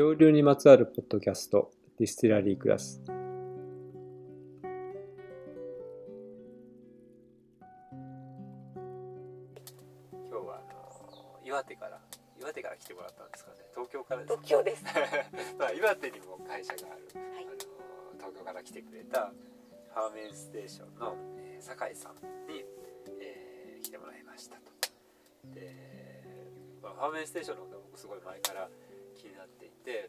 蒸留にまつわるポッドキャスト、ディスティラリークラス。今日は岩手から来てもらったんですかね。東京からですか。 東京です。 まあ岩手にも会社がある、 はい、 東京から来てくれたファーメンステーションの、酒井さんに、来てもらいましたと。で、ファーメンステーションのことは僕すごい前から気になっていて、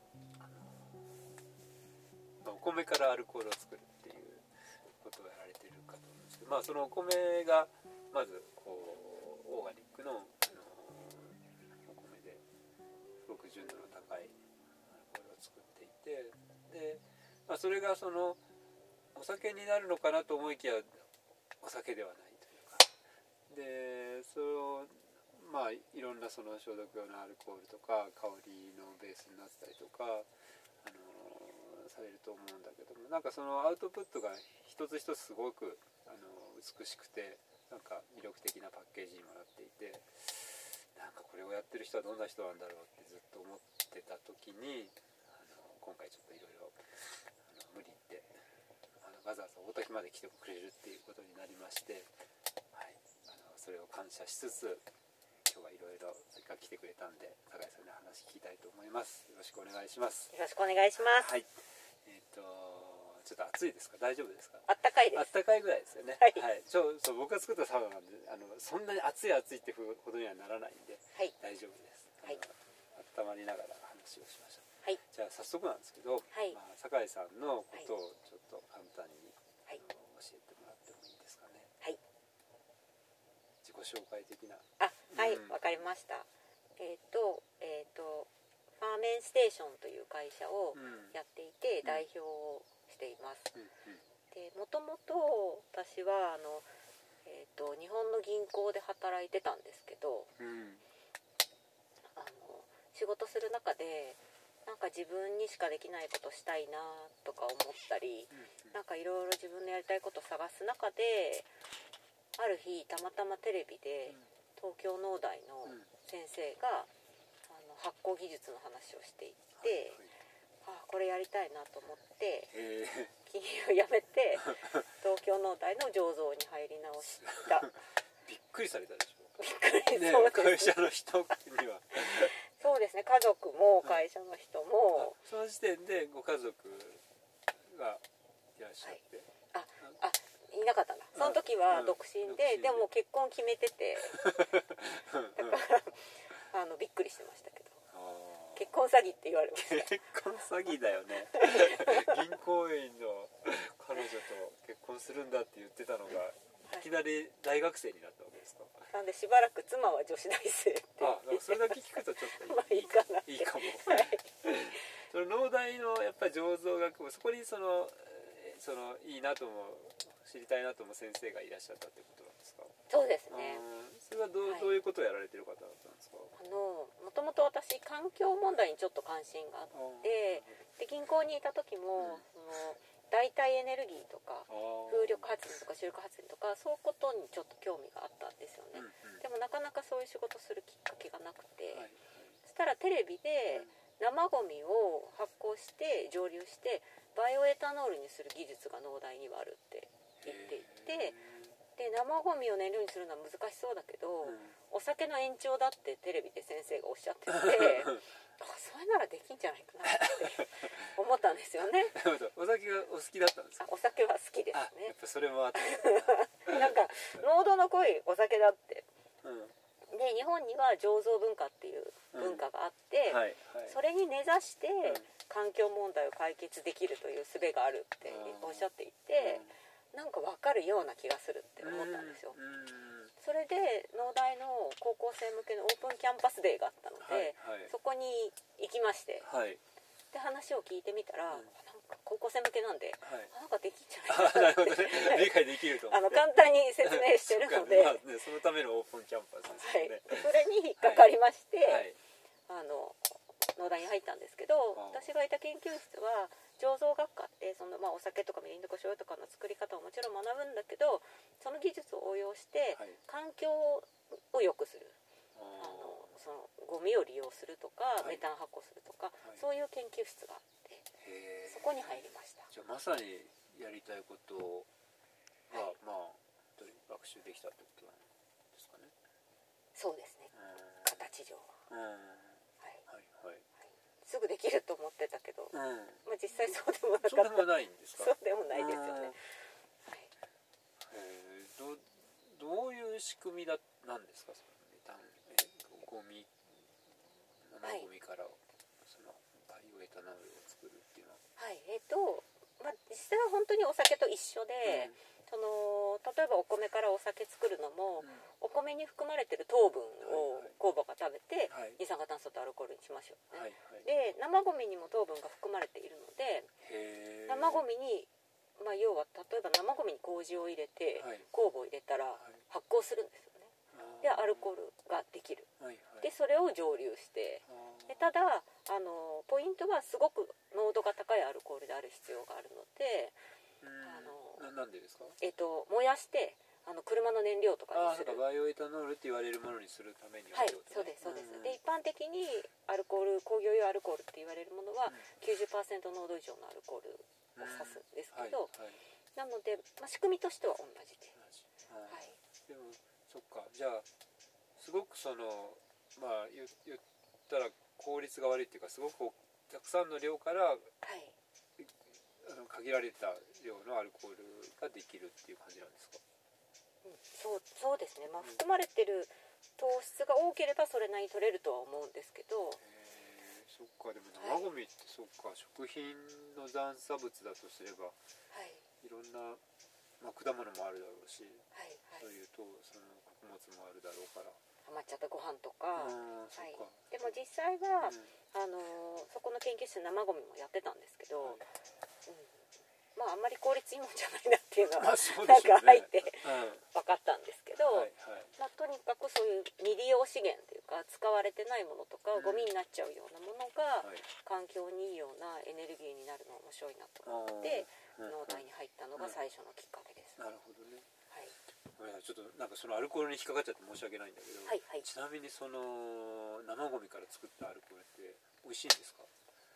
お米からアルコールを作るっていうことをやられてるかと思うんですけど、そのお米がまずこうオーガニックの、お米ですごく純度の高いアルコールを作っていて、で、それがそのお酒になるのかなと思いきやお酒ではないというかで、それをいろんなその消毒用のアルコールとか香りのベースになってたりとかされると思うんだけども、なんかそのアウトプットが一つ一つすごく美しくて、なんか魅力的なパッケージにもなっていて、なんかこれをやってる人はどんな人なんだろうってずっと思ってた時に、今回ちょっといろいろ無理言ってわざわざ大滝まで来てくれるっていうことになりまして、はい、それを感謝しつつ今日はいろいろせっかく来てくれたんで酒井さんに話聞きたいと思います。よろしくお願いします。 よろしくお願いします。 はい。ちょっと暑いですか？大丈夫ですか？ あったかいです。 あったかいぐらいですよね。 はい。 はい、そう僕が作ったサウナなんでそんなに暑いってほどにはならないんで、 はい、 大丈夫です。 はい。 温まりながら話をしました。 はい。 じゃあ早速なんですけど、 はい、 酒井さんのことをちょっと簡単に、 はい、 教えてもらってもいいですかね。 はい。 自己紹介的な。 はい、わかりました。ファーメンステーションという会社をやっていて、代表をしています。で、もともと私は日本の銀行で働いてたんですけど、仕事する中でなんか自分にしかできないことしたいなとか思ったり、なんかいろいろ自分のやりたいことを探す中で、ある日たまたまテレビで東京農大の先生が発酵技術の話をしていて、これやりたいなと思って金融を辞めて東京農大の醸造に入り直した。 びっくりされたでしょ。 びっくり、 ね、会社の人にはそうですね、家族も会社の人も、 その時点でご家族がいらっしゃって、 いなかったんだ。その時は独身で、でも結婚決めててだからびっくりしてましたけど、結婚詐欺って言われました。 結婚詐欺だよね。銀行員の彼女と結婚するんだって言ってたのが、いきなり大学生になったわけですか？ なんでしばらく妻は女子大生って。 それだけ聞くとちょっといいかなって。 いいかも。その農大のやっぱり醸造学部、そこにそのいいなとも知りたいなとも先生がいらっしゃったってことなんですか？ そうですね。 それはどういうことをやられてる方だったんですか？ もともと私環境問題にちょっと関心があって、で銀行にいた時も、代替エネルギーとか風力発電とか主力発電とかそういうことにちょっと興味があったんですよね。でもなかなかそういう仕事するきっかけがなくて、そしたらテレビで生ゴミを発酵して蒸留してバイオエタノールにする技術が農大にはあるって言っていて、で生ゴミを燃料にするのは難しそうだけど、お酒の延長だってテレビで先生がおっしゃっててそれならできんじゃないかなって思ったんですよね。 お酒がお好きだったんですか？ お酒は好きですね。 やっぱそれもあってなんか濃度の濃いお酒だって、で日本には醸造文化っていう文化があって、それに根ざして環境問題を解決できるという術があるっておっしゃっていて、なんか分かるような気がするって思ったんですよ。それで農大の高校生向けのオープンキャンパスデーがあったので、そこに行きまして、で話を聞いてみたら、なんか高校生向けなんで、なんかできんじゃないかなって、 なるほどね、理解できると思って簡単に説明してるのでそのためのオープンキャンパスですよね。 それに引っかかりまして、農大に入ったんですけど、私がいた研究室は醸造学科ってお酒とかみりんとか醤油とかの作り方をもちろん学ぶんだけど、その技術を応用して環境を良くする、 そのゴミを利用するとか、 はい、 メタン発酵するとか、 はい、 そういう研究室があって、そこに入りました。 じゃあまさにやりたいことは、まあ学習できたってことなんですかね。 そうですね、形上は、はいはい、すぐできると思ってたけど、実際そうでもなかった。 そうでもないんですか。 そうでもないですよね。 どういう仕組みなんですか、そのメタンゴミ生ゴミからそのバイオエタノールを作るっていうのは。 はい、実際は本当にお酒と一緒で、その例えばお米からお酒作るのも、お米に含まれてる糖分を酵母が食べて、二酸化炭素とアルコールにしましょうね。で生ゴミにも糖分が含まれているので、生ゴミに要は例えば生ゴミに麹を入れて、酵母を入れたら発酵するんですよね。でアルコールができる。でそれを蒸留して、でただポイントはすごく濃度が高いアルコールである必要があるので、 なんでですか。 燃やして車の燃料とかにする。 バイオエタノールって言われるものにするためには、 はい、そうですそうです。で一般的にアルコール、工業用アルコールって言われるものは 90% 濃度以上のアルコールを指すんですけど、なので、仕組みとしては同じで、 でもそっか、じゃあすごくその言ったら効率が悪いっていうか、すごくたくさんの量から、限られた量のアルコールができるっていう感じなんですか。 そうですね、含まれてる糖質が多ければそれなりに取れるとは思うんですけど。 そっか、でも生ゴミって、そっか、食品の残差物だとすれば、いろんな、果物もあるだろうし、そういうとその穀物もあるだろうから、 余っちゃったご飯とか、でも実際は、そこの研究室生ゴミもやってたんですけど、あんまり効率いいもんじゃないなっていうのは、なんか入って分かったんですけど、とにかくそういう未利用資源というか、使われてないものとかゴミになっちゃうようなものが環境にいいようなエネルギーになるのは面白いなと思って、農大に入ったのが最初のきっかけです。 なるほどね。ちょっとなんかそのアルコールに引っかかっちゃって申し訳ないんだけど、ちなみにその生ゴミから作ったアルコールって美味しいんですか。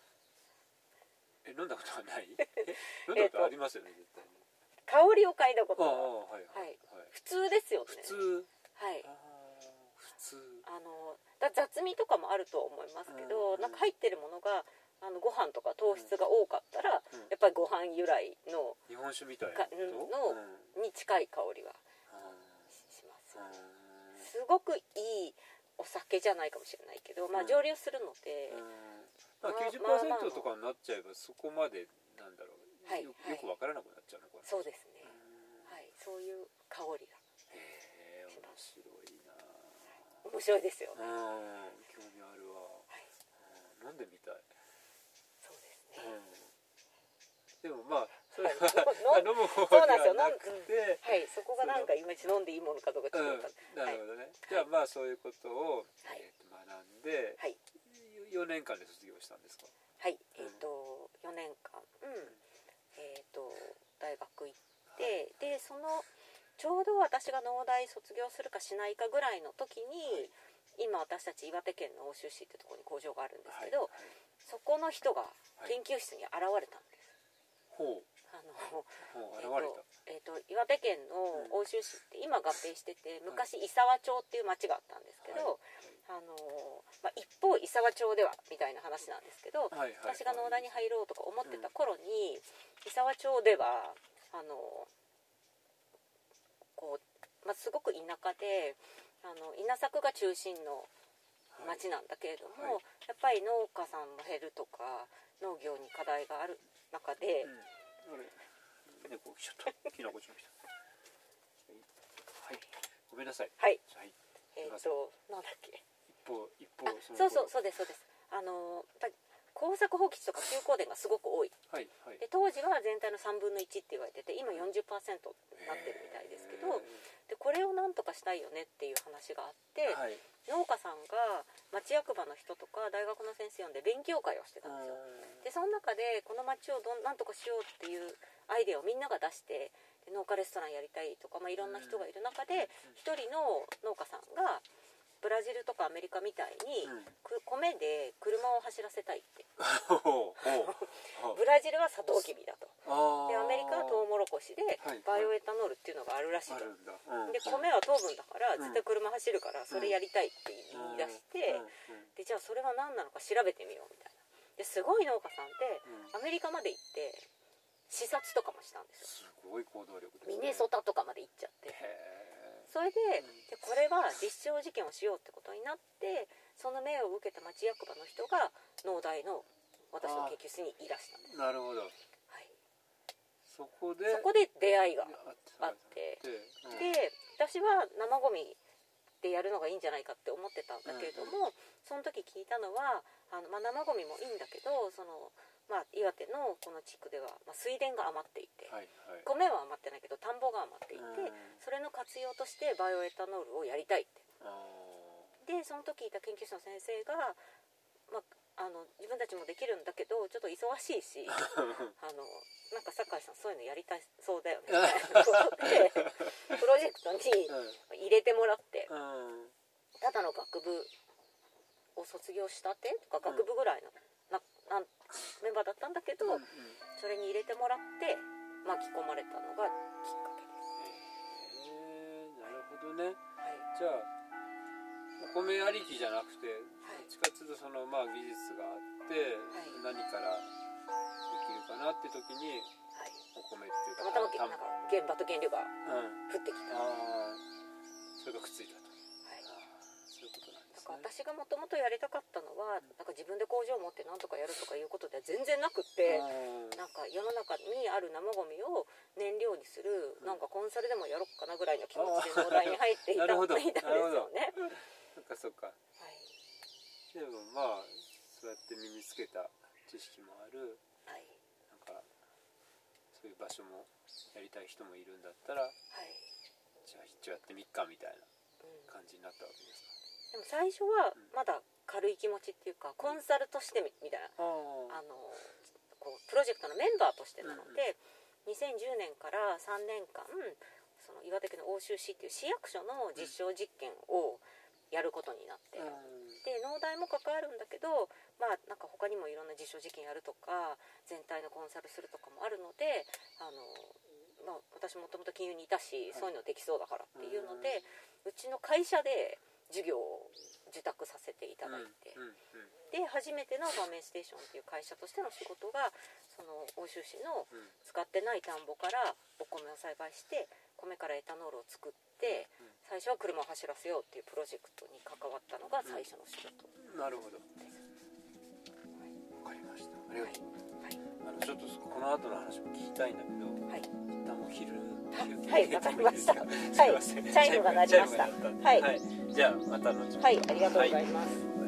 飲んだことはない？飲んだことありますよね、絶対に。 香りを嗅いだことは、普通ですよね。 普通。 普通。雑味とかもあると思いますけど、なんか入ってるものがご飯とか糖質が多かったら、やっぱりご飯由来の日本酒みたいに近い香りはしますよね。すごくいいお酒じゃないかもしれないけど、蒸留するので。 90% とかになっちゃえば、そこまでなんだろう、よく分からなくなっちゃうのかな。 そうですね。そういう香りが。 面白いな。 面白いですよね。 興味あるわ。飲んでみたい。 そうですね。 でもそれは飲む方ではなくて、 そこがなんかいまいち飲んでいいものかどうかちょっと。 なるほどね。じゃあそういうことを学んで。4年間で卒業したんですか。 4年間、大学行って、でそのちょうど私が農大卒業するかしないかぐらいの時に、今私たち岩手県の奥州市ってところに工場があるんですけど、そこの人が研究室に現れたんです。岩手県の奥州市って今合併してて、昔伊佐和町っていう町があったんですけど、一方伊佐和町ではみたいな話なんですけど、私が農大に入ろうとか思ってた頃に、伊佐和町ではすごく田舎で稲作が中心の町なんだけれども、やっぱり農家さんも減るとか農業に課題がある中で、 猫来ちゃった。きなこちゃん来た。ごめんなさい。 なんだっけ。 そうです。耕作放棄地とか休耕田がすごく多い。で当時は全体の3分の1って言われてて、今 40% になってるみたいですけど、でこれをなんとかしたいよねっていう話があって、農家さんが町役場の人とか大学の先生呼んで勉強会をしてたんですよ。でその中でこの町をなんとかしようっていうアイデアをみんなが出して、で農家レストランやりたいとか、いろんな人がいる中で一人の農家さんがブラジルとかアメリカみたいに、米で車を走らせたいってブラジルはサトウキビだと、でアメリカはトウモロコシでバイオエタノールっていうのがあるらしいと、で米は糖分だから絶対車走るからそれやりたいって言い出して、でじゃあそれは何なのか調べてみようみたいな。ですごい農家さんってアメリカまで行って視察とかもしたんですよ。 すごい行動力ですね。 ミネソタとかまで行っちゃって、それでこれは実証実験をしようってことになって、その命を受けた町役場の人が農大の私の研究室にいらしたんです。 なるほど、はい、そこで出会いがあって、で私は生ゴミでやるのがいいんじゃないかって思ってたんだけれども、その時聞いたのは生ゴミもいいんだけど、岩手のこの地区では、水田が余っていて、米は余ってないけど田んぼが余っていて、それの活用としてバイオエタノールをやりたいって。でその時いた研究室の先生が、自分たちもできるんだけどちょっと忙しいしなんか酒井さんそういうのやりたいそうだよねみたいなことでプロジェクトに入れてもらって、ただの学部を卒業したてとか学部ぐらいのメンバーだったんだけど、それに入れてもらって巻き込まれたのがきっかけです。 なるほどね、じゃあお米ありきじゃなくて、どっちかというとその技術があって、何からできるかなって時に、お米っていうかたまたまなんか現場と原料が降ってきた、 それがくっついたと、そういうことなんですね。 私がもともとやりたかったのはなんか自分で工場を持って何とかやるとかいうことでは全然なくって、なんか世の中にある生ゴミを燃料にするなんかコンサルでもやろうかなぐらいの気持ちで農大に入っていたんですよね。 そっか、でもそうやって身につけた知識もある、なんかそういう場所もやりたい人もいるんだったら、じゃあ一応やってみっかみたいな感じになったわけですか。 でも最初はまだ軽い気持ちっていうか、コンサルとしてみたいな、こうプロジェクトのメンバーとしてなので、2010年から3年間その岩手県の奥州市っていう市役所の実証実験をやることになって、で農大も関わるんだけど、なんか他にもいろんな実証実験やるとか全体のコンサルするとかもあるので、私もともと金融にいたし、そういうのできそうだからっていうので、うちの会社で授業を受託させていただいて、で初めてのファーメンステーションっていう会社としての仕事が、その奥州市の使ってない田んぼからお米を栽培して米からエタノールを作って、最初は車を走らせようっていうプロジェクトに関わったのが最初の仕事です。 なるほど、わかりました。ありがとう。ちょっとこの後の話も聞きたいんだけど、一旦お昼休憩わかりました。チャイムが鳴りました。 じゃあまた後ほど。 ありがとうございます。